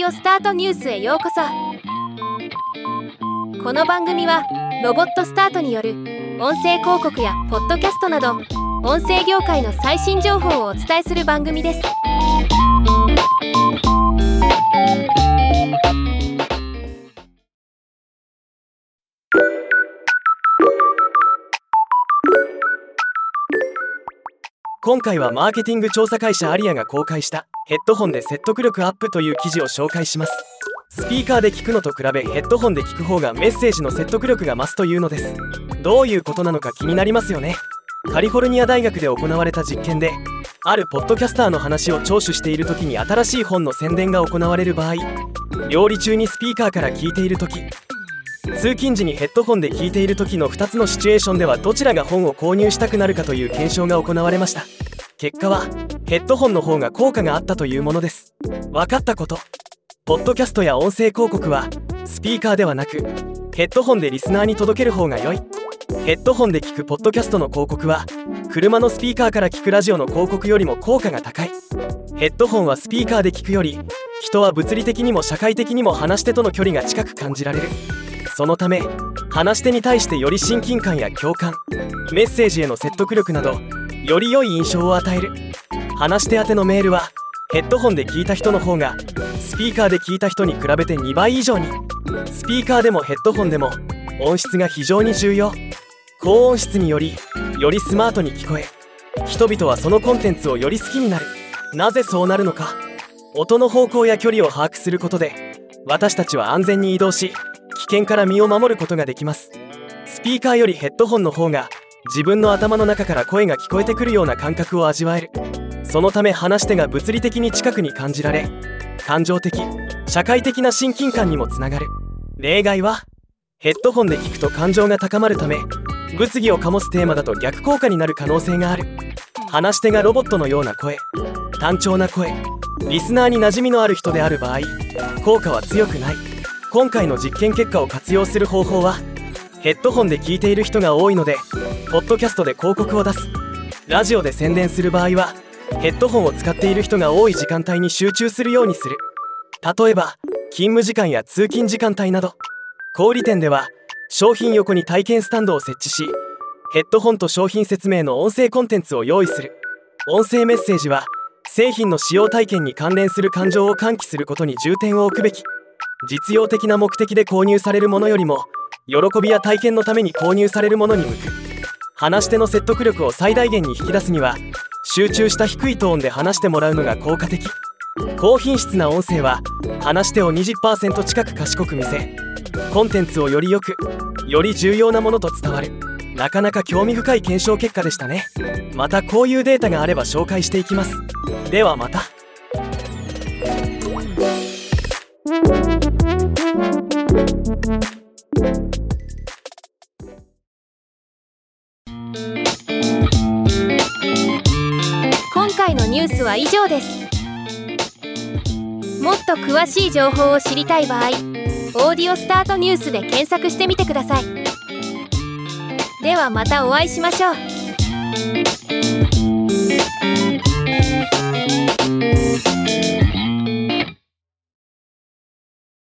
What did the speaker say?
オスタートニュースへようこそ。この番組はロボットスタートによる音声広告やポッドキャストなど音声業界の最新情報をお伝えする番組です。 今回はマーケティング調査会社アリアが公開したヘッドホンで説得力アップという記事を紹介します。スピーカーで聞くのと比べヘッドホンで聞く方がメッセージの説得力が増すというのです。どういうことなのか気になりますよね。カリフォルニア大学で行われた実験で、あるポッドキャスターの話を聴取している時に新しい本の宣伝が行われる場合、料理中にスピーカーから聞いている時、通勤時にヘッドホンで聞いている時の2つのシチュエーションではどちらが本を購入したくなるかという検証が行われました。結果はヘッドホンの方が効果があったというものです。分かったこと、ポッドキャストや音声広告はスピーカーではなくヘッドホンでリスナーに届ける方が良い。ヘッドホンで聞くポッドキャストの広告は車のスピーカーから聞くラジオの広告よりも効果が高い。ヘッドホンはスピーカーで聞くより人は物理的にも社会的にも話し手との距離が近く感じられる。そのため話し手に対してより親近感や共感、メッセージへの説得力などより良い印象を与える。話し手宛てのメールはヘッドホンで聞いた人の方がスピーカーで聞いた人に比べて2倍以上に。スピーカーでもヘッドホンでも音質が非常に重要。高音質によりスマートに聞こえ、人々はそのコンテンツをより好きになる。なぜそうなるのか。音の方向や距離を把握することで私たちは安全に移動し危険から身を守ることができます。スピーカーよりヘッドホンの方が自分の頭の中から声が聞こえてくるような感覚を味わえる。そのため話し手が物理的に近くに感じられ、感情的、社会的な親近感にもつながる。例外はヘッドホンで聞くと感情が高まるため物議を醸すテーマだと逆効果になる可能性がある。話し手がロボットのような声、単調な声、リスナーに馴染みのある人である場合、効果は強くない。今回の実験結果を活用する方法は、ヘッドホンで聞いている人が多いのでポッドキャストで広告を出す。ラジオで宣伝する場合はヘッドホンを使っている人が多い時間帯に集中するようにする。例えば勤務時間や通勤時間帯など。小売店では商品横に体験スタンドを設置し、ヘッドホンと商品説明の音声コンテンツを用意する。音声メッセージは製品の使用体験に関連する感情を喚起することに重点を置くべき。実用的な目的で購入されるものよりも喜びや体験のために購入されるものに向く。話し手の説得力を最大限に引き出すには集中した低いトーンで話してもらうのが効果的。高品質な音声は話し手を 20% 近く賢く見せ、コンテンツをより良くより重要なものと伝わる。なかなか興味深い検証結果でしたね。またこういうデータがあれば紹介していきます。ではまた。 今回のニュースは以上です。もっと詳しい情報を知りたい場合、オーディオスタートニュースで検索してみてください。ではまたお会いしましょう。